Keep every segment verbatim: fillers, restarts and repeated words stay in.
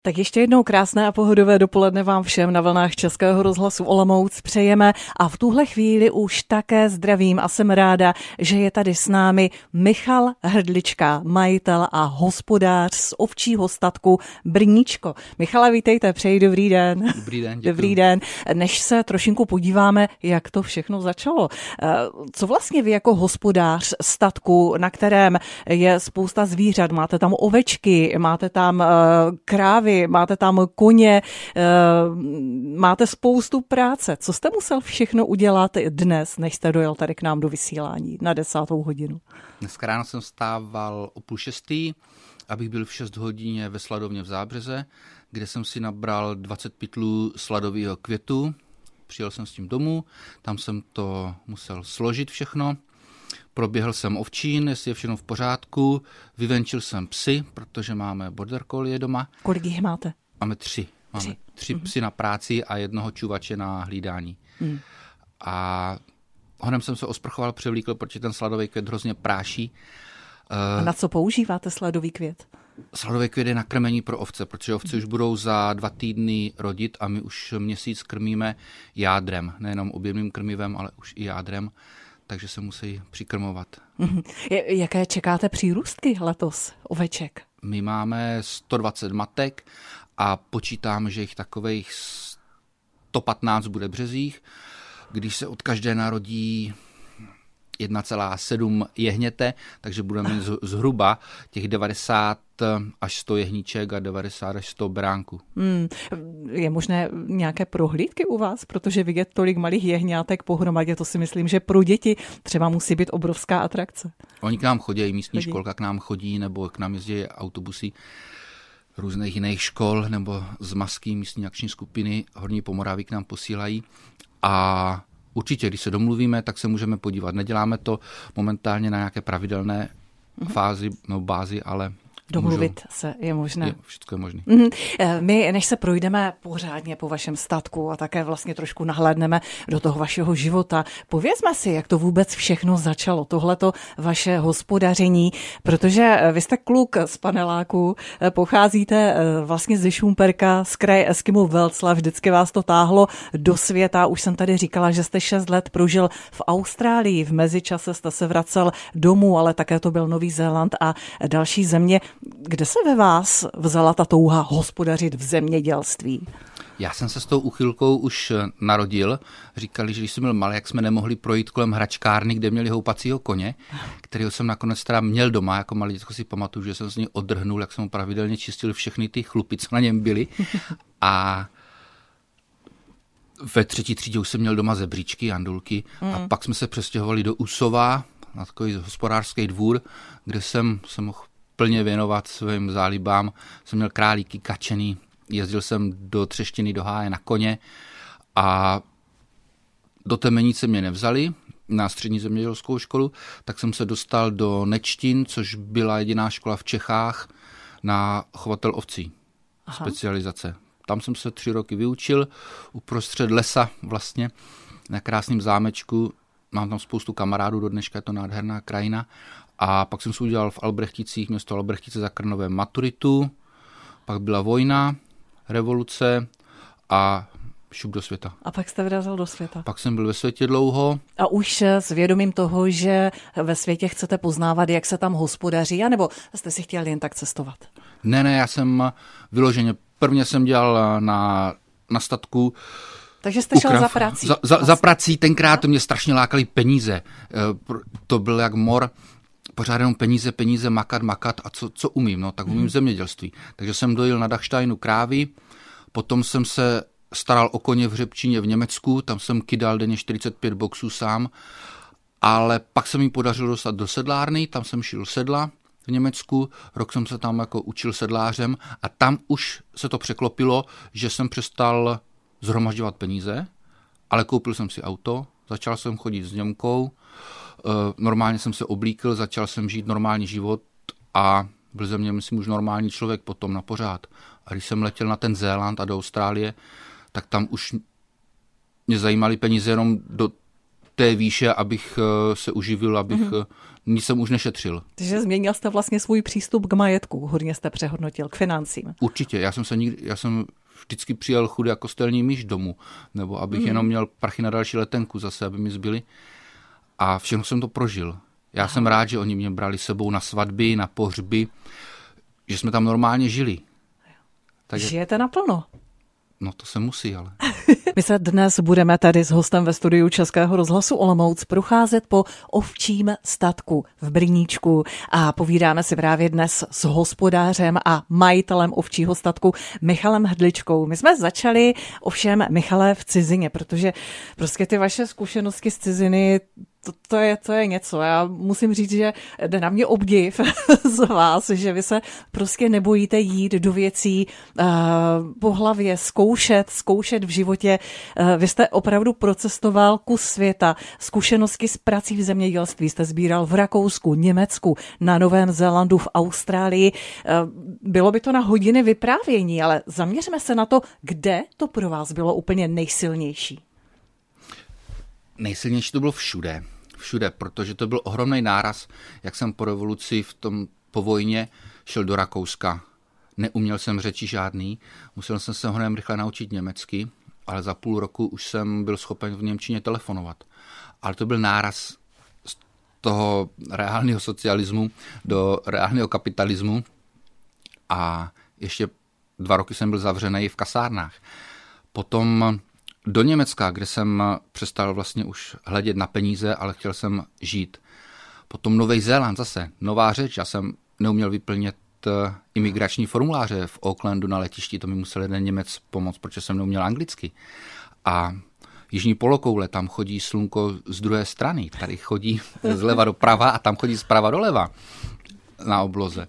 Tak ještě jednou krásné a pohodové dopoledne vám všem na vlnách Českého rozhlasu Olomouc přejeme a v tuhle chvíli už také zdravím a jsem ráda, že je tady s námi Michal Hrdlička, majitel a hospodář z ovčího statku Brníčko. Michale, vítejte, přeji dobrý den. Dobrý den, děkuji. Dobrý den. Než se trošinku podíváme, jak to všechno začalo. Co vlastně vy jako hospodář statku, na kterém je spousta zvířat, máte tam ovečky, máte tam krávy, máte tam koně, máte spoustu práce. Co jste musel všechno udělat dnes, než jste dojel tady k nám do vysílání na desátou hodinu? Dneska ráno jsem vstával o půl šestý, abych byl v šest hodině ve Sladovně v Zábřeze, kde jsem si nabral dvacet pytlů sladového květu. Přijel jsem s tím domů, tam jsem to musel složit všechno. Proběhl jsem ovčín, jestli je všechno v pořádku, vyvenčil jsem psy, protože máme border collie doma. Kolik jich máte? Máme tři. Máme tři, tři mm-hmm. psy na práci a jednoho čuvače na hlídání. Mm. A honem jsem se osprchoval, převlíkl, protože ten sladový květ hrozně práší. A na co používáte sladový květ? Sladový květ je na krmení pro ovce, protože ovce už budou za dva týdny rodit a my už měsíc krmíme jádrem. Nejenom objemným krmivem, ale už i jádrem. Takže se musí přikrmovat. Jaké čekáte přírůstky letos oveček? My máme sto dvacet matek a počítám, že jich takových sto patnáct bude březích. Když se od každé narodí jedna celá sedm jehněte, takže budeme mít zhruba těch devadesát až sto jehníček a devadesát až sto beránků. Hmm. Je možné nějaké prohlídky u vás? Protože vidět tolik malých jehňátek pohromadě, to si myslím, že pro děti třeba musí být obrovská atrakce. Oni k nám chodí, místní chodí. školka k nám chodí, nebo k nám jezdí autobusy různých jiných škol, nebo z Masky místní akční skupiny Horní Pomoravy k nám posílají. A určitě, když se domluvíme, tak se můžeme podívat. Neděláme to momentálně na nějaké pravidelné fázi nebo bázi, ale domluvit můžu. se je možné. Je, všechno je možné. Mm, my, než se projdeme pořádně po vašem statku a také vlastně trošku nahlédneme do toho vašeho života, povězme si, jak to vůbec všechno začalo, tohleto vaše hospodaření, protože vy jste kluk z paneláku, pocházíte vlastně ze Šumperka, z kraje Eskimo Velcla, vždycky vás to táhlo do světa. Už jsem tady říkala, že jste šest let prožil v Austrálii, v mezičase jste se vracel domů, ale také to byl Nový Zéland a další země. Kde se ve vás vzala ta touha hospodařit v zemědělství? Já jsem se s tou úchylkou už narodil. Říkali, že když jsem byl malý, jak jsme nemohli projít kolem hračkárny, kde měli houpacího koně, kterého jsem nakonec teda měl doma. Jako malý děcko si pamatuju, že jsem z něj odrhnul, jak jsem ho pravidelně čistil všechny ty chlupy, co na něm byly. A ve třetí třídě už jsem měl doma zebříčky, jandulky mm. a pak jsme se přestěhovali do Usova, na takový hospodářský dvůr, kde jsem se mohl plně věnovat svým zálibám. Jsem měl králíky, kačeny, jezdil jsem do Třeštiny, do Háje na koně a do Temenice mě nevzali na střední zemědělskou školu, tak jsem se dostal do Nečtin, což byla jediná škola v Čechách na chovatel ovcí. Aha. Specializace. Tam jsem se tři roky vyučil, uprostřed lesa vlastně, na krásném zámečku. Mám tam spoustu kamarádů, do dneška je to nádherná krajina. A pak jsem si udělal v Albrechticích, město Albrechtice za Krnovem maturitu, pak byla vojna, revoluce a šup do světa. A pak jste vyrazil do světa. Pak jsem byl ve světě dlouho. A už s vědomím toho, že ve světě chcete poznávat, jak se tam hospodaří, anebo jste si chtěli jen tak cestovat? Ne, ne, já jsem vyloženě, prvně jsem dělal na, na statku. Takže jste šel za prací. Za, za, za prací, tenkrát to mě strašně lákaly peníze. To byl jak mor. Pořád jenom peníze, peníze, makat, makat a co, co umím, no, tak umím hmm. zemědělství. Takže jsem dojel na Dachsteinu krávy, potom jsem se staral o koně v Řepčíně v Německu, tam jsem kydal denně čtyřicet pět boxů sám, ale pak se mi podařilo dostat do sedlárny, tam jsem šil sedla v Německu, rok jsem se tam jako učil sedlářem a tam už se to překlopilo, že jsem přestal zhromažďovat peníze, ale koupil jsem si auto, začal jsem chodit s Němkou, normálně jsem se oblíkl, začal jsem žít normální život a byl ze mě, myslím, už normální člověk potom na pořád. A když jsem letěl na ten Zéland a do Austrálie, tak tam už mě zajímaly peníze jenom do té výše, abych se uživil, abych mm-hmm. nic jsem už nešetřil. Takže změnil jste vlastně svůj přístup k majetku, hodně jste přehodnotil, k financím. Určitě, já jsem se nikdy, já jsem vždycky přijel chudý jako kostelní myš domů, nebo abych mm-hmm. jenom měl prachy na další letenku zase, aby mi zbyly. A všechno jsem to prožil. Já Aha. jsem rád, že oni mě brali sebou na svatby, na pohřby, že jsme tam normálně žili. Takže... Žijete naplno. No to se musí, ale. My se dnes budeme tady s hostem ve studiu Českého rozhlasu Olomouc procházet po ovčím statku v Brníčku a povídáme si právě dnes s hospodářem a majitelem ovčího statku Michalem Hrdličkou. My jsme začali ovšem, Michale, v cizině, protože prostě ty vaše zkušenosti z ciziny, To, to, je, to je něco. Já musím říct, že jde na mě obdiv z vás, že vy se prostě nebojíte jít do věcí uh, po hlavě, zkoušet, zkoušet v životě. Uh, vy jste opravdu procestoval kus světa. Zkušenosti s prací v zemědělství jste sbíral v Rakousku, Německu, na Novém Zélandu, v Austrálii. Uh, bylo by to na hodiny vyprávění, ale zaměřme se na to, kde to pro vás bylo úplně nejsilnější. Nejsilnější to bylo všude, všude, protože to byl ohromný náraz, jak jsem po revoluci v tom po vojně šel do Rakouska. Neuměl jsem řeči žádný, musel jsem se hodně rychle naučit německy, ale za půl roku už jsem byl schopen v němčině telefonovat. Ale to byl náraz z toho reálného socialismu do reálného kapitalismu a ještě dva roky jsem byl zavřený v kasárnách. Potom do Německa, kde jsem přestal vlastně už hledět na peníze, ale chtěl jsem žít. Potom Nový Zéland zase, nová řeč. Já jsem neuměl vyplnit imigrační formuláře v Aucklandu na letišti, to mi musel jeden Němec pomoct, protože jsem neuměl anglicky. A jižní polokoule, tam chodí slunko z druhé strany, tady chodí zleva doprava a tam chodí zprava doleva na obloze.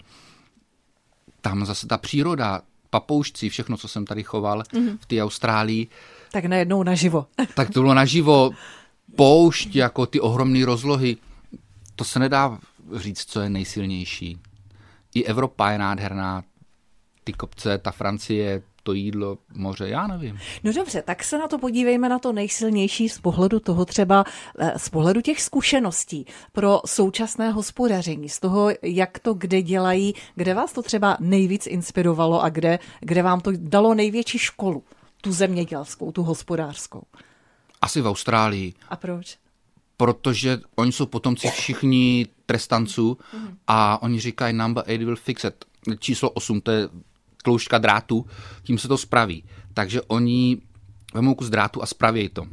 Tam zase ta příroda, papoušci, všechno, co jsem tady choval mm-hmm. v té Austrálii. Tak najednou naživo. Tak to bylo naživo. Poušť, jako ty ohromné rozlohy. To se nedá říct, co je nejsilnější. I Evropa je nádherná. Ty kopce, ta Francie, to jídlo, moře, já nevím. No dobře, tak se na to podívejme na to nejsilnější z pohledu toho třeba, z pohledu těch zkušeností pro současné hospodaření, z toho, jak to kde dělají, kde vás to třeba nejvíc inspirovalo a kde, kde vám to dalo největší školu, tu zemědělskou, tu hospodářskou. Asi v Austrálii. A proč? Protože oni jsou potomci všichni trestanců a oni říkají number eight will fix it. Číslo osm, to je tloušťka drátu, tím se to spraví. Takže oni vemou kus drátu a spravějí to.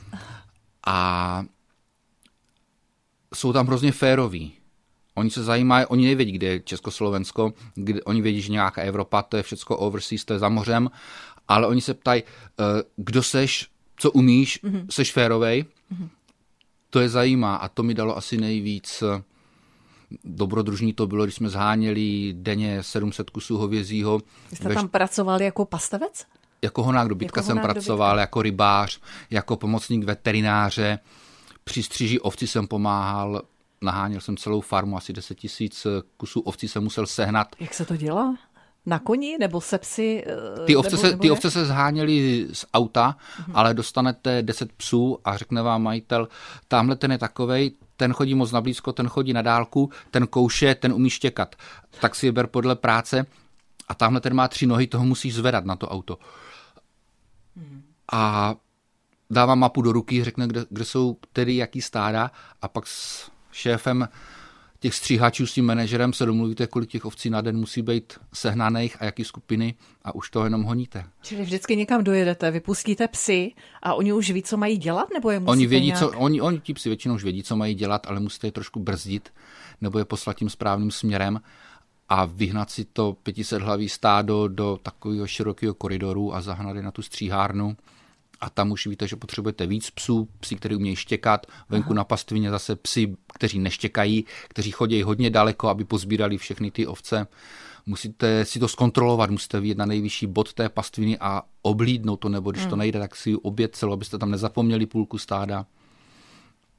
A jsou tam hrozně féroví. Oni se zajímají, oni nevědí, kde je Československo, kde, oni vědí, že nějaká Evropa, to je všecko overseas, to je za mořem, ale oni se ptají, kdo seš, co umíš, mm-hmm. seš férovej. Mm-hmm. To je zajímá a to mi dalo asi nejvíc. Dobrodružný to bylo, když jsme zháněli denně sedm set kusů hovězího. Vy jste tam pracoval jako pastavec? Jako honák dobytka jako jsem pracoval, dobytka. Jako rybář, jako pomocník veterináře. Při střiži ovci jsem pomáhal, naháněl jsem celou farmu, asi deset tisíc kusů ovcí jsem musel sehnat. Jak se to dělá? Na koni nebo se psy? Ty ovce, nebo, se, nebo ty ovce se zháněly z auta, uh-huh. ale dostanete deset psů a řekne vám majitel, tamhle ten je takovej, ten chodí moc na blízko, ten chodí na dálku, ten kouše, ten umí štěkat. Tak si je ber podle práce a tamhle ten má tři nohy, toho musíš zvedat na to auto. Uh-huh. A dává mapu do ruky, řekne, kde, kde jsou tedy jaký stáda a pak s šéfem těch stříhačů s tím manažerem se domluvíte, kolik těch ovcí na den musí být sehnaných a jaký skupiny a už to jenom honíte. Čili vždycky někam dojedete, vypustíte psy a oni už ví, co mají dělat, nebo je musíte oni vědí, nějak... co, oni, oni ti psi většinou už vědí, co mají dělat, ale musíte je trošku brzdit nebo je poslat tím správným směrem a vyhnat si to pětisethlavý stádo do takového širokého koridoru a zahnat je na tu stříhárnu. A tam už víte, že potřebujete víc psů, psi, kteří umějí štěkat, venku Aha. na pastvině zase psi, kteří neštěkají, kteří chodí hodně daleko, aby pozbírali všechny ty ovce. Musíte si to zkontrolovat, musíte vyjít na nejvyšší bod té pastviny a oblídnout to, nebo když hmm. to nejde, tak si obět celou, abyste tam nezapomněli půlku stáda.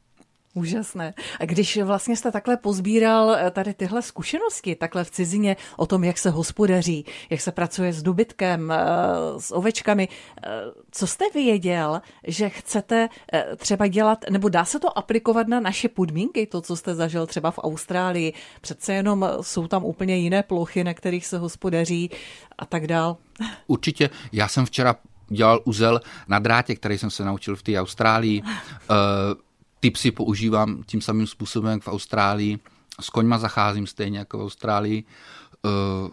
Úžasné. A když vlastně jste takhle pozbíral tady tyhle zkušenosti, takhle v cizině o tom, jak se hospodaří, jak se pracuje s dobytkem, s ovečkami, co jste věděl, že chcete třeba dělat, nebo dá se to aplikovat na naše podmínky, to, co jste zažil třeba v Austrálii? Přece jenom jsou tam úplně jiné plochy, na kterých se hospodaří a tak dál. Určitě. Já jsem včera dělal uzel na drátě, který jsem se naučil v té Austrálii. Ty psy používám tím samým způsobem jak v Austrálii. S koňma zacházím stejně jako v Austrálii. Uh,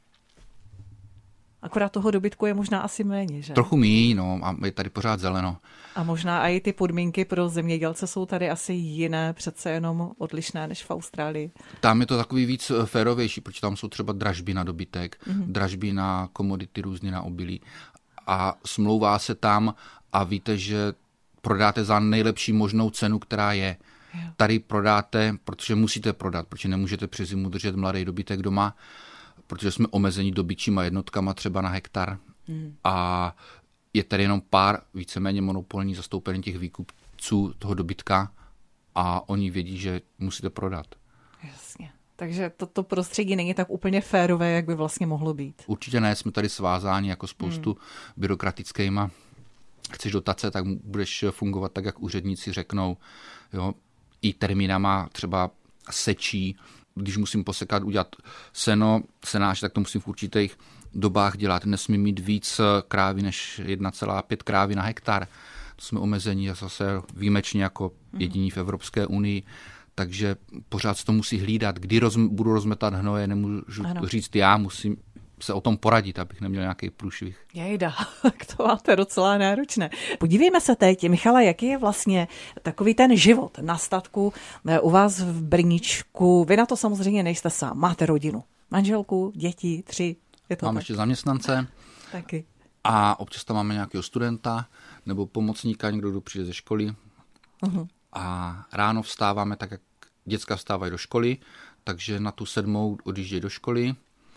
Akorát toho dobytku je možná asi méně, že? Trochu míň, no, a je tady pořád zeleno. A možná i ty podmínky pro zemědělce jsou tady asi jiné, přece jenom odlišné než v Austrálii. Tam je to takový víc férovější, protože tam jsou třeba dražby na dobytek, mm-hmm. dražby na komodity různý, na obilí. A smlouvá se tam a víte, že prodáte za nejlepší možnou cenu, která je. Jo. Tady prodáte, protože musíte prodat, protože nemůžete přes zimu držet mladý dobytek doma, protože jsme omezeni dobytčíma jednotkama třeba na hektar. Hmm. A je tady jenom pár víceméně monopolní zastoupení těch výkupců toho dobytka a oni vědí, že musíte prodat. Jasně. Takže toto prostředí není tak úplně férové, jak by vlastně mohlo být. Určitě ne, jsme tady svázáni jako spoustu hmm. byrokratickýma. Chceš dotace, tak budeš fungovat tak, jak úředníci řeknou. Jo? I termínama třeba sečí. Když musím posekat, udělat seno, senáč, tak to musím v určitých dobách dělat. Nesmí mít víc krávy než jedna celá pět krávy na hektar. To jsme omezení a zase výjimečně jako jediní v Evropské unii. Takže pořád se to musí hlídat. Kdy roz, budu rozmetat hnoje, nemůžu ano. říct já, musím se o tom poradit, abych neměl nějaký průšvih. Jejda, tak to máte docela náročné. Podívejme se teď, Michale, jaký je vlastně takový ten život na statku u vás v Brníčku. Vy na to samozřejmě nejste sám, máte rodinu, manželku, děti, tři. Je to Mám tak? ještě zaměstnance. Taky. A občas tam máme nějakého studenta nebo pomocníka, někdo, kdo přijde ze školy. Uh-huh. A ráno vstáváme tak, jak děcka vstávají do školy, takže na tu sedmou odjíždějí do školy.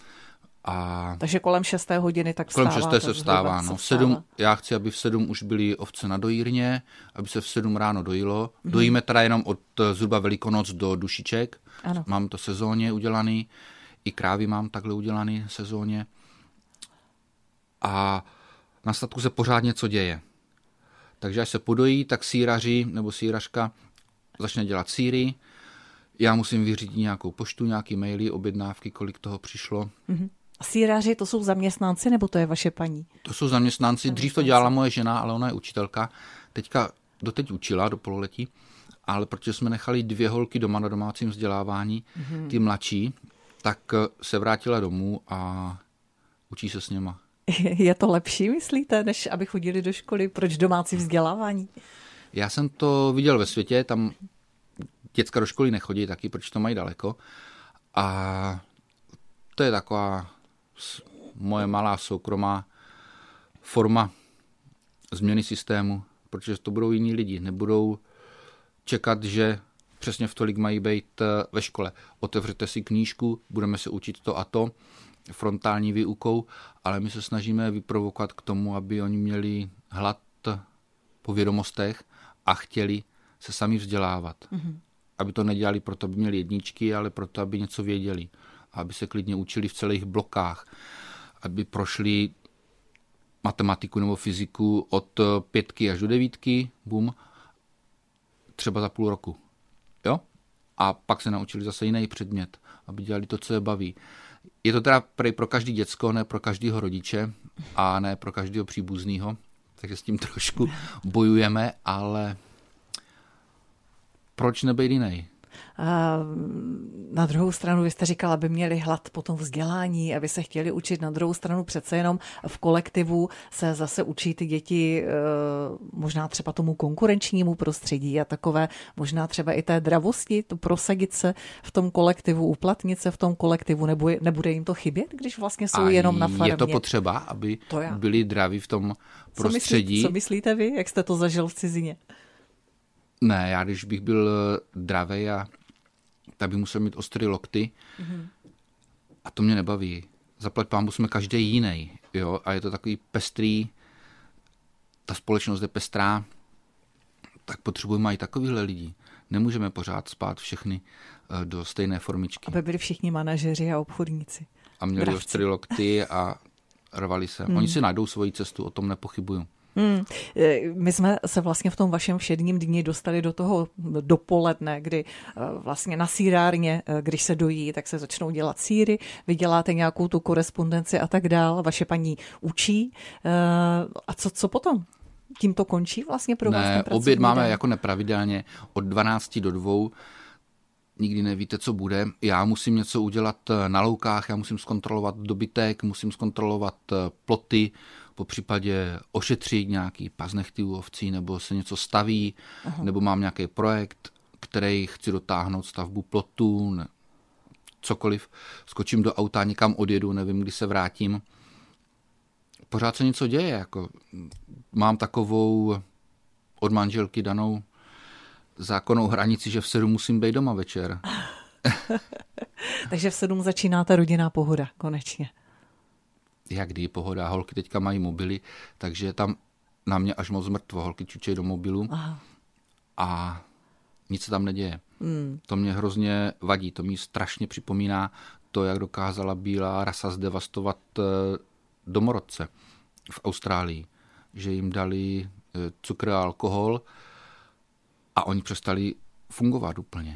A takže kolem šesté hodiny tak vstává. Kolem šesté se vstává. No. Sedm, já chci, aby v sedm už byly ovce na dojírně, aby se v sedm ráno dojilo. Mm-hmm. Dojíme teda jenom od zhruba Velikonoc do dušiček. Ano. Mám to sezóně udělaný. I krávy mám takhle udělaný sezóně. A na statku se pořád něco děje. Takže až se podojí, tak sýraři nebo sýrařka začne dělat sýry. Já musím vyřídit nějakou poštu, nějaký maily, objednávky, kolik toho přišlo. Mm-hmm. Sýraři, to jsou zaměstnanci, nebo to je vaše paní? To jsou zaměstnanci. Dřív to dělala moje žena, ale ona je učitelka. Teďka doteď učila do pololetí, ale protože jsme nechali dvě holky doma na domácím vzdělávání, mm-hmm. ty mladší, tak se vrátila domů a učí se s něma. Je to lepší, myslíte, než aby chodili do školy? Proč domácí vzdělávání? Já jsem to viděl ve světě, tam děcka do školy nechodí taky, protože to mají daleko. A to je taková moje malá soukromá forma změny systému, protože to budou jiní lidi, nebudou čekat, že přesně v tolik mají být ve škole. Otevřete si knížku, budeme se učit to a to, frontální výukou, ale my se snažíme vyprovokovat k tomu, aby oni měli hlad po vědomostech a chtěli se sami vzdělávat. Mm-hmm. Aby to nedělali proto, aby měli jedničky, ale proto, aby něco věděli. Aby se klidně učili v celých blokách. Aby prošli matematiku nebo fyziku od pětky až do devítky, bum, třeba za půl roku. Jo? A pak se naučili zase jiný předmět, aby dělali to, co je baví. Je to teda pro každý děcko, ne pro každého rodiče a ne pro každého příbuzného, takže s tím trošku bojujeme, ale proč nebejt jiný? A na druhou stranu, vy jste říkal, aby měli hlad po tom vzdělání, aby se chtěli učit. Na druhou stranu přece jenom v kolektivu se zase učí ty děti možná třeba tomu konkurenčnímu prostředí a takové možná třeba i té dravosti, to prosadit se v tom kolektivu, uplatnit se v tom kolektivu, nebude, nebude jim to chybět, když vlastně jsou a jenom na farmě? Je to potřeba, aby to byli draví v tom prostředí. Co, myslí, co myslíte vy, jak jste to zažil v cizině? Ne, já když bych byl dravej, a tak bych musel mít ostrý lokty mm-hmm. a to mě nebaví. Zaplať pánbu jsme každý jiný, jo, a je to takový pestrý, ta společnost je pestrá, tak potřebujeme i takovýhle lidi. Nemůžeme pořád spát všechny do stejné formičky. Aby byli všichni manažeři a obchodníci. A měli ostrý lokty a rvali se. Hmm. Oni si najdou svoji cestu, o tom nepochybuju. Hmm. My jsme se vlastně v tom vašem všedním dni dostali do toho dopoledne, kdy vlastně na sýrárně, když se dojí, tak se začnou dělat sýry, vy děláte nějakou tu korespondenci a tak dál, vaše paní učí. A co, co potom? Tím to končí vlastně pro vás? Ne, oběd máme jako nepravidelně od dvanácti do dvou. Nikdy nevíte, co bude. Já musím něco udělat na loukách, já musím zkontrolovat dobytek, musím zkontrolovat ploty, po případě ošetřit nějaký paznechty u ovcí, nebo se něco staví, Aha. nebo mám nějaký projekt, který chci dotáhnout, stavbu plotů, ne, cokoliv. Skočím do auta, někam odjedu, nevím, kdy se vrátím. Pořád se něco děje. Jako mám takovou od manželky danou zákonnou hranici, že v sedm musím být doma večer. Takže v sedm začíná ta rodinná pohoda, konečně. Jak kdy, pohoda. Holky teďka mají mobily, takže tam na mě až moc mrtvo. Holky čučejí do mobilu Aha. a nic se tam neděje. Hmm. To mě hrozně vadí, to mi strašně připomíná to, jak dokázala bílá rasa zdevastovat domorodce v Austrálii, že jim dali cukr a alkohol a oni přestali fungovat úplně.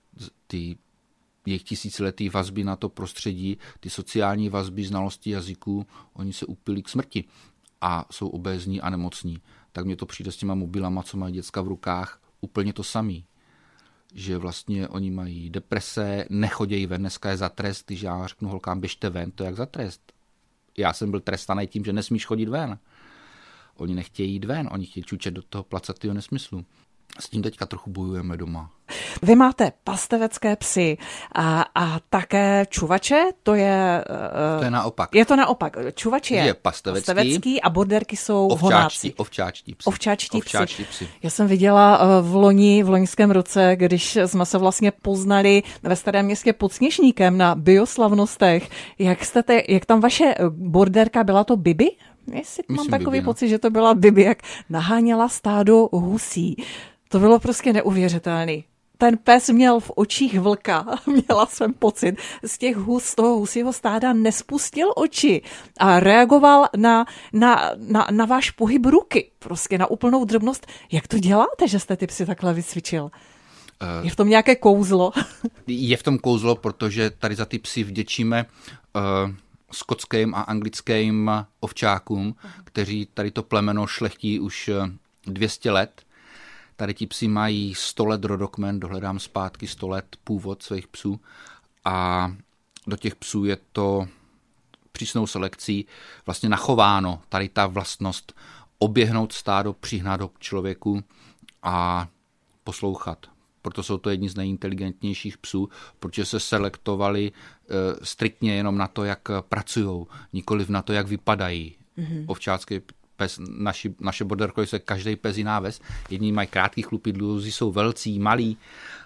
Ty jejich tisíciletý vazby na to prostředí, ty sociální vazby, znalosti jazyků, oni se upili k smrti a jsou obézní a nemocní. Tak mně to přijde s těma mobilama, co mají děcka v rukách, úplně to samý. Že vlastně oni mají deprese, nechodějí ven, dneska je za trest, když já řeknu holkám, běžte ven, to je jak za trest. Já jsem byl trestaný tím, že nesmíš chodit ven. Oni nechtějí jít ven, oni chtějí čučet do toho placatýho nesmyslu. S tím teďka trochu bojujeme doma. Vy máte pastevecké psy a, a také čuvače, to je... Uh, to je naopak. Je to naopak. Čuvač je, je pastevecký, pastevecký a borderky jsou ovčáčtí, honáci. Ovčáčtí psy. Ovčáčtí, ovčáčtí psy. psy. Já jsem viděla v loni, v loňském roce, když jsme se vlastně poznali ve Starém Městě pod Sněžníkem na bioslavnostech. Jak, jste te, jak tam vaše borderka, byla to Bibi? Jestli mám takový Bibi, pocit, no. že to byla Bibi, jak naháněla stádo husí. To bylo prostě neuvěřitelný. Ten pes měl v očích vlka, měla jsem pocit, z těch hus, z toho husího stáda nespustil oči a reagoval na, na, na, na váš pohyb ruky, prostě na úplnou drobnost. Jak to děláte, že jste ty psy takhle vycvičil? Je v tom nějaké kouzlo? Je v tom kouzlo, protože tady za ty psy vděčíme uh, skotským a anglickým ovčákům, kteří tady to plemeno šlechtí už dvě stě let. Tady ti psi mají sto let rodokmen, dohledám zpátky sto let původ svých psů a do těch psů je to přísnou selekcí vlastně nachováno tady ta vlastnost oběhnout stádo, přihnat ho k člověku a poslouchat. Proto jsou to jedni z nejinteligentnějších psů, protože se selektovali e, striktně jenom na to, jak pracujou, nikoliv na to, jak vypadají. Mm-hmm. Ovčácký pes, naši, naše border collie se každý pes jiná ves. Jedni mají krátký chlupy, druzí jsou velcí, malí,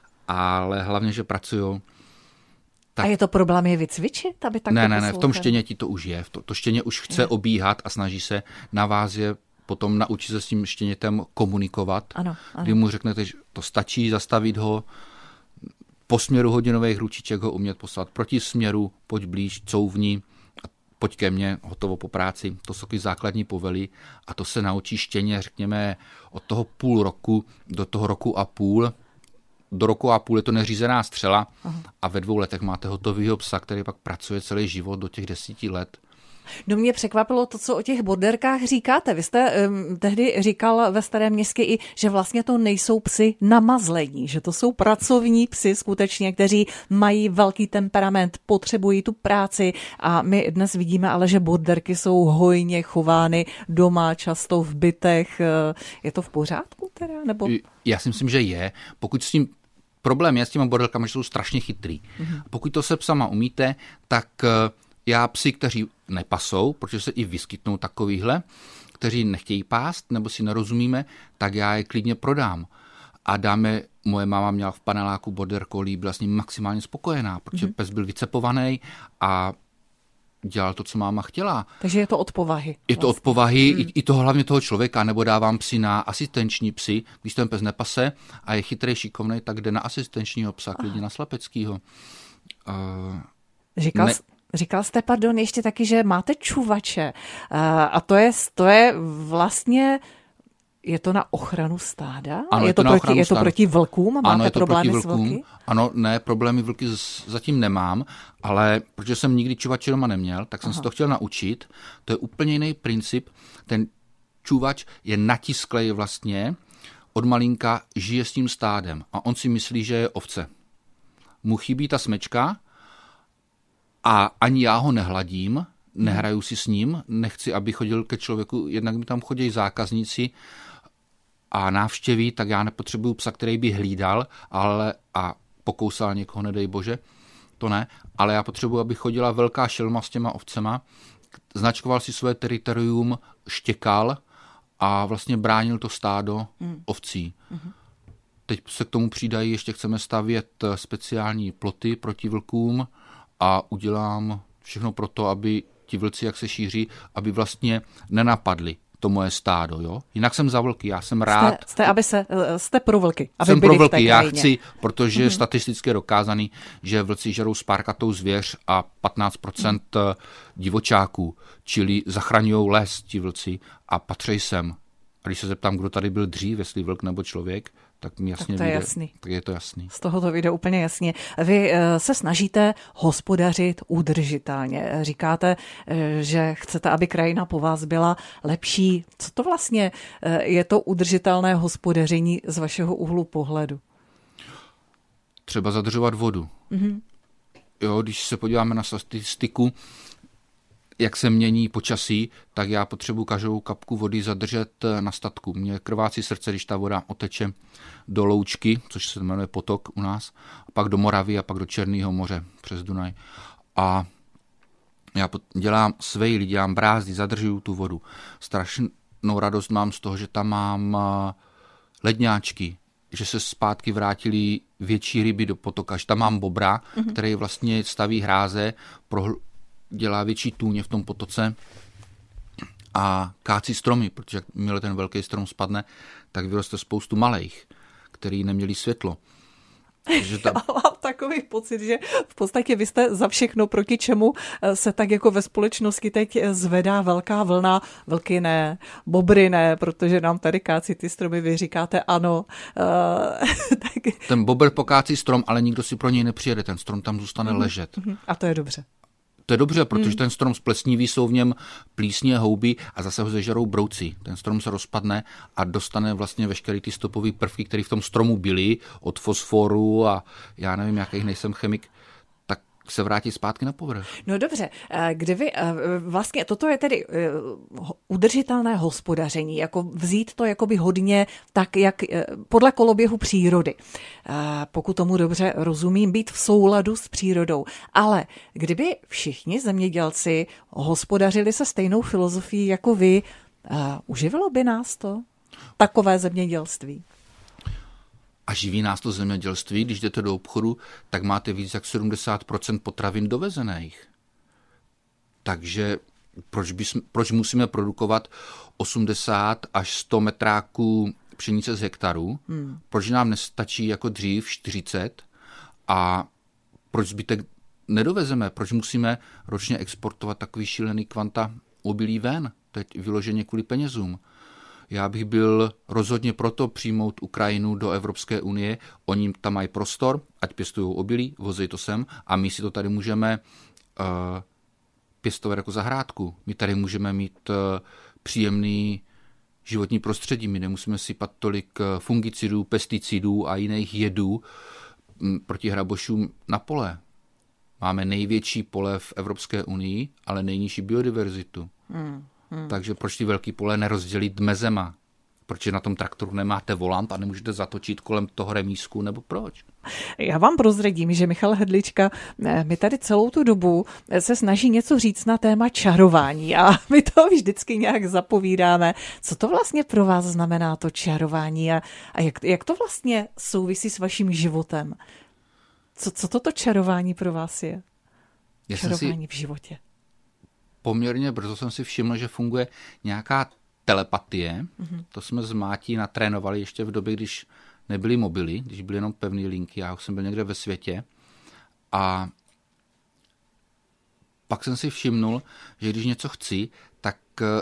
ale hlavně, že pracujou. Tak... A je to problém je vycvičit, aby tak Ne, ne, ne, v tom štěněti to už je. To, to štěně už chce je. obíhat a snaží se na vás je potom naučit se s tím štěnětem komunikovat. Ano, ano. Kdy mu řeknete, že to stačí zastavit ho, po směru hodinových ručiček ho umět poslat proti směru, pojď blíž, couvni, pojď ke mně, hotovo po práci. To jsou taky základní povely a to se naučí štěně, řekněme, od toho půl roku do toho roku a půl. Do roku a půl je to neřízená střela Aha. a ve dvou letech máte hotovýho psa, který pak pracuje celý život do těch desíti let. No mě překvapilo to, co o těch borderkách říkáte. Vy jste um, tehdy říkal ve Starém Městě i, že vlastně to nejsou psy na mazlení, že to jsou pracovní psy skutečně, kteří mají velký temperament, potřebují tu práci a my dnes vidíme ale, že borderky jsou hojně chovány doma, často v bytech. Je to v pořádku teda? Nebo... Já si myslím, že je. Pokud s tím problém je s těma borderkami, že jsou strašně chytrý. Mhm. Pokud to se psama umíte, tak já psy, kteří nepasou, protože se i vyskytnou takovýhle, kteří nechtějí pást nebo si nerozumíme, tak já je klidně prodám. A dáme, moje máma měla v paneláku border collie, byla s ním maximálně spokojená, protože mm-hmm. pes byl vycepovaný a dělal to, co máma chtěla. Takže je to od povahy. Je to vlastně. od povahy, hmm. i, i to hlavně toho člověka, nebo dávám psy na asistenční psy, když ten pes nepase a je chytrý, šikovnej, tak jde na asistenčního psa, klidně na slepeckýho. Uh, Říkal, ne... říkal jste, pardon, ještě taky, že máte čuvače. Uh, a to je, to je vlastně... Je to na ochranu stáda? Ano, je, je to to proti, je to proti vlkům? Máte ano, je to problémy proti vlkům. s vlky? Ano, ne, problémy vlky zatím nemám, ale protože jsem nikdy čuvače doma neměl, tak jsem Aha. si to chtěl naučit. To je úplně jiný princip. Ten čuvač je natisklej vlastně, od malinka žije s tím stádem a on si myslí, že je ovce. Mu chybí ta smečka a ani já ho nehladím, nehraju si s ním, nechci, aby chodil ke člověku, jednak mi tam chodí zákazníci a návštěví, tak já nepotřebuju psa, který by hlídal ale, a pokousal někoho, nedej bože, to ne, ale já potřebuji, aby chodila velká šelma s těma ovcema, značkoval si své teritorium, štěkal a vlastně bránil to stádo mm. ovcí. Mm-hmm. Teď se k tomu přidají, ještě chceme stavět speciální ploty proti vlkům a udělám všechno pro to, aby ti vlci, jak se šíří, aby vlastně nenapadli to moje stádo, jo? Jinak jsem za vlky, já jsem rád. Jste, jste, aby se, jste pro vlky, aby jsem byli pro vlky, v té já krajině. chci, protože je mm. statisticky dokázaný, že vlci žerou spárkatou zvěř a patnáct procent mm. divočáků, čili zachraňují les ti vlci a patří sem. A když se zeptám, kdo tady byl dřív, jestli vlk nebo člověk, tak mi jasně tak to je vyjde, jasný. tak je to jasný. Z toho to vyjde úplně jasně. Vy se snažíte hospodařit udržitelně. Říkáte, že chcete, aby krajina po vás byla lepší. Co to vlastně je to udržitelné hospodaření z vašeho úhlu pohledu? Třeba zadržovat vodu. Mm-hmm. Jo, když se podíváme na statistiku, jak se mění počasí, tak já potřebuji každou kapku vody zadržet na statku. Mě krvácí srdce, když ta voda oteče do Loučky, což se jmenuje potok u nás, a pak do Moravy a pak do Černého moře přes Dunaj. A já dělám své lidi, dělám brázdy, zadržuju tu vodu. Strašnou radost mám z toho, že tam mám ledňáčky, že se zpátky vrátily větší ryby do potoka, že tam mám bobra, mm-hmm. který vlastně staví hráze, pro dělá větší tůně v tom potoce a kácí stromy, protože jakmile ten velký strom spadne, tak vyroste spoustu malých, který neměli světlo. Že tam... Já mám takový pocit, že v podstatě vy jste za všechno, proti čemu se tak jako ve společnosti teď zvedá velká vlna. Vlky ne, bobry ne, protože nám tady kácí ty stromy, vy říkáte ano. Uh, tak... Ten bobr pokácí strom, ale nikdo si pro něj nepřijede, ten strom tam zůstane mm-hmm. ležet. A to je dobře. To je dobře, protože ten strom splesniví, jsou v něm plísně, houby a zase ho zežerou brouci. Ten strom se rozpadne a dostane vlastně veškeré ty stopové prvky, které v tom stromu byly, od fosforu a já nevím, jakých nejsem chemik, tak se vrátí zpátky na povrch. No dobře, kdyby vlastně toto je tedy udržitelné hospodaření, jako vzít to jakoby hodně tak, jak podle koloběhu přírody. Pokud tomu dobře rozumím, být v souladu s přírodou. Ale kdyby všichni zemědělci hospodařili se stejnou filozofií jako vy, uživilo by nás to? Takové zemědělství? A živí nás to zemědělství, když jdete do obchodu, tak máte víc jak sedmdesát procent potravin dovezených. Takže proč, bys, proč musíme produkovat osmdesát až sto metráků pšenice z hektaru? Hmm. Proč nám nestačí jako dřív čtyřicet? A proč zbytek nedovezeme? Proč musíme ročně exportovat takový šílený kvanta obilí ven? Teď vyloženě kvůli penězům. Já bych byl rozhodně proto přijmout Ukrajinu do Evropské unie. Oni tam mají prostor, ať pěstují obilí, vozí to sem a my si to tady můžeme uh, pěstovat jako zahrádku. My tady můžeme mít uh, příjemný životní prostředí. My nemusíme sypat tolik fungicidů, pesticidů a jiných jedů m, proti hrabošům na pole. Máme největší pole v Evropské unii, ale nejnižší biodiverzitu. Hmm. Hmm. Takže proč ty velký pole nerozdělit mezema? Proč na tom traktoru nemáte volant a nemůžete zatočit kolem toho remízku, nebo proč? Já vám prozradím, že Michal Hedlička mi tady celou tu dobu se snaží něco říct na téma čarování a my to vždycky nějak zapovídáme. Co to vlastně pro vás znamená to čarování a, a jak, jak to vlastně souvisí s vaším životem? Co, co toto čarování pro vás je? Já čarování si... v životě. poměrně brzo jsem si všiml, že funguje nějaká telepatie. Mm-hmm. To jsme s Mátí natrénovali ještě v době, když nebyly mobily, když byly jenom pevné linky. Já už jsem byl někde ve světě. A pak jsem si všimnul, že když něco chci, tak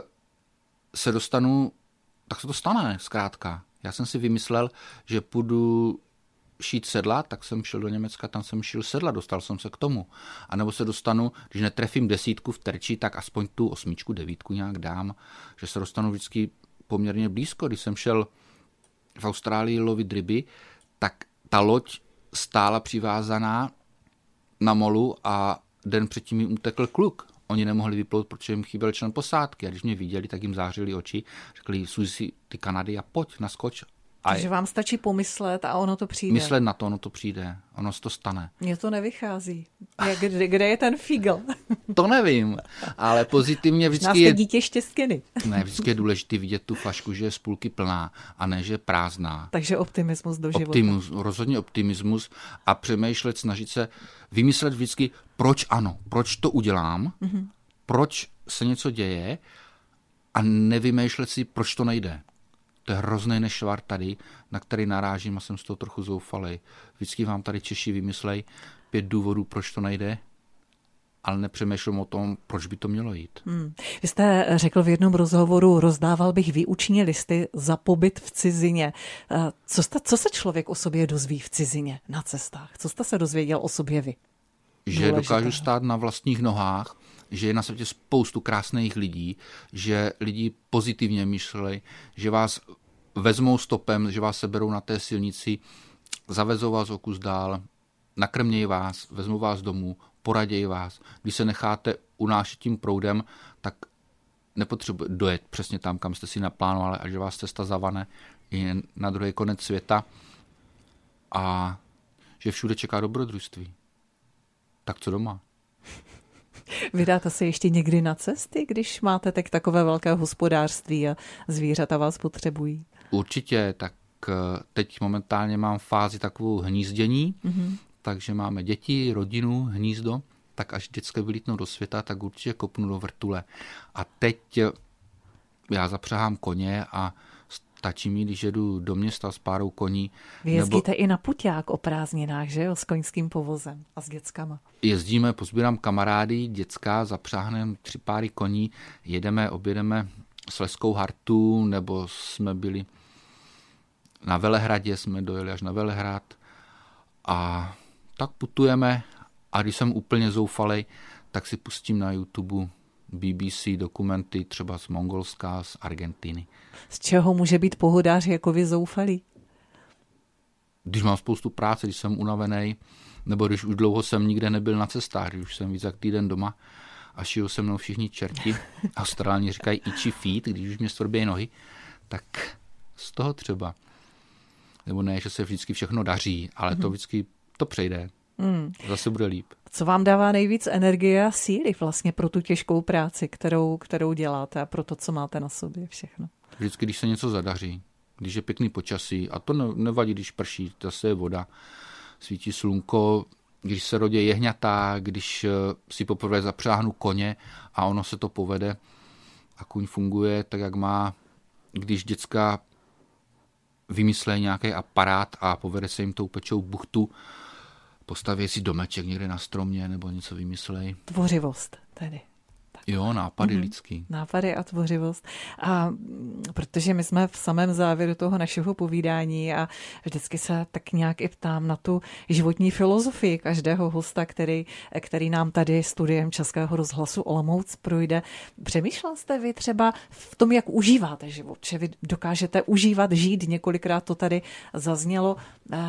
se dostanu, tak se to stane zkrátka. Já jsem si vymyslel, že půjdu šít sedla, tak jsem šel do Německa, tam jsem šil sedla, dostal jsem se k tomu. A nebo se dostanu, když netrefím desítku v terči, tak aspoň tu osmičku, devítku nějak dám, že se dostanu vždycky poměrně blízko. Když jsem šel v Austrálii lovit ryby, tak ta loď stála přivázaná na molu a den předtím jim utekl kluk. Oni nemohli vyplout, protože jim chyběl člen posádky. A když mě viděli, tak jim zářily oči. Řekli, suzi si ty Kanady a pojď, naskoč. Takže vám stačí pomyslet a ono to přijde. Myslet na to, ono to přijde. Ono se to stane. Mně to nevychází. Jak, kde, kde je ten fígl? To nevím, ale pozitivně vždycky Nás je... dítě štěstkiny. Ne, vždycky je důležité vidět tu flašku, že je z půlky plná a ne, že je prázdná. Takže optimismus do života. Optimus, rozhodně optimismus a přemýšlet, snažit se vymyslet vždycky, proč ano, proč to udělám, mm-hmm. proč se něco děje a nevymýšlet si, proč to nejde. To je hrozný nešvar tady, na který narážím a jsem z toho trochu zoufalej. Vždycky vám tady Češi vymyslej pět důvodů, proč to nejde, ale nepřemýšlím o tom, proč by to mělo jít. Hmm. Vy jste řekl v jednom rozhovoru, rozdával bych výuční listy za pobyt v cizině. Co, jste, co se člověk o sobě dozví v cizině na cestách? Co jste se dozvěděl o sobě vy? Že dokážu stát na vlastních nohách, že je na světě spoustu krásných lidí, že lidi pozitivně myšlej, že vás vezmou stopem, že vás seberou na té silnici, zavezou vás o kus dál, nakrmějí vás, vezmou vás domů, poradějí vás. Když se necháte unášet tím proudem, tak nepotřebujete dojet přesně tam, kam jste si naplánovali, a že vás cesta zavane i na druhý konec světa a že všude čeká dobrodružství. Tak co doma? Vydáte se ještě někdy na cesty, když máte tak takové velké hospodářství a zvířata vás potřebují? Určitě, tak teď momentálně mám fázi takovou hnízdění, mm-hmm. takže máme děti, rodinu, hnízdo, tak až děcka vylítnou do světa, tak určitě kopnu do vrtule. A teď já zapřahám koně a stačí mi, když jedu do města s párou koní. Vy jezdíte nebo... i na puťák o prázdninách, že jo, s koňským povozem a s dětskama. Jezdíme, pozbírám kamarády, děcka, zapřáhneme tři páry koní, jedeme, objedeme Slezskou Hartu, nebo jsme byli na Velehradě, jsme dojeli až na Velehrad a tak putujeme a když jsem úplně zoufalej, tak si pustím na YouTube B B C dokumenty třeba z Mongolska, z Argentiny. Z čeho může být pohodář jako vy zoufalý? Když mám spoustu práce, když jsem unavený, nebo když už dlouho jsem nikde nebyl na cestách, když už jsem víc jak týden doma a šijou se mnou všichni čerti. Austrálně říkají itchy feet, když už mě svrbějí nohy, tak z toho třeba. Nebo ne, že se vždycky všechno daří, ale mm-hmm. to vždycky to přejde. Mm. Zase bude líp. Co vám dává nejvíc energie a síly vlastně pro tu těžkou práci, kterou, kterou děláte a pro to, co máte na sobě všechno? Vždycky, když se něco zadaří, když je pěkný počasí, a to nevadí, když prší, zase je voda, svítí slunko, když se rodí jehňata, když si poprvé zapřáhnu koně a ono se to povede a kůň funguje tak, jak má, když děcka vymyslí nějaký aparát a povede se jim tou pečou buchtu, postaví si domeček někde na stromě nebo něco vymyslej. Tvořivost tedy. Tak. Jo, nápady mm-hmm. lidský. Nápady a tvořivost. A protože my jsme v samém závěru toho našeho povídání a vždycky se tak nějak i ptám na tu životní filozofii každého hosta, který, který nám tady studiem Českého rozhlasu Olomouc projde. Přemýšlel jste vy třeba v tom, jak užíváte život? Že vy dokážete užívat, žít, několikrát to tady zaznělo.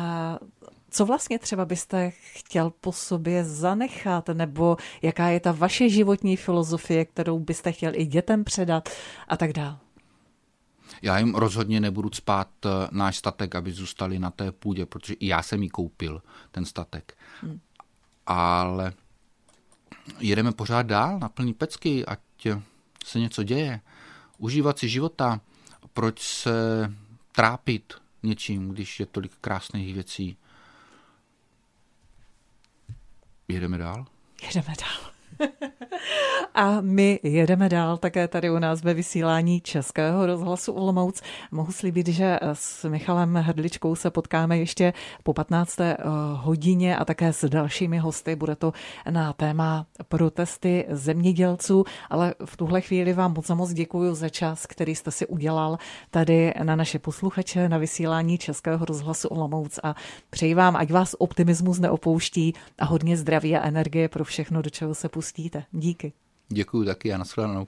Co vlastně třeba byste chtěl po sobě zanechat, nebo jaká je ta vaše životní filozofie, kterou byste chtěl i dětem předat a tak dál? Já jim rozhodně nebudu cpát náš statek, aby zůstali na té půdě, protože i já jsem jí koupil, ten statek. Hmm. Ale jedeme pořád dál na plný pecky, ať se něco děje. Užívat si života, proč se trápit něčím, když je tolik krásných věcí. Jedeme dál? Jedeme dál. A my jedeme dál také tady u nás ve vysílání Českého rozhlasu Olomouc. Mohu slíbit, že s Michalem Hrdličkou se potkáme ještě po patnácté hodině a také s dalšími hosty. Bude to na téma protesty zemědělců, ale v tuhle chvíli vám moc moc děkuji za čas, který jste si udělal tady na naše posluchače na vysílání Českého rozhlasu Olomouc a přeji vám, ať vás optimismus neopouští a hodně zdraví a energie pro všechno, do čeho se pustíte. Díky. Děkuju taky a nashledanou.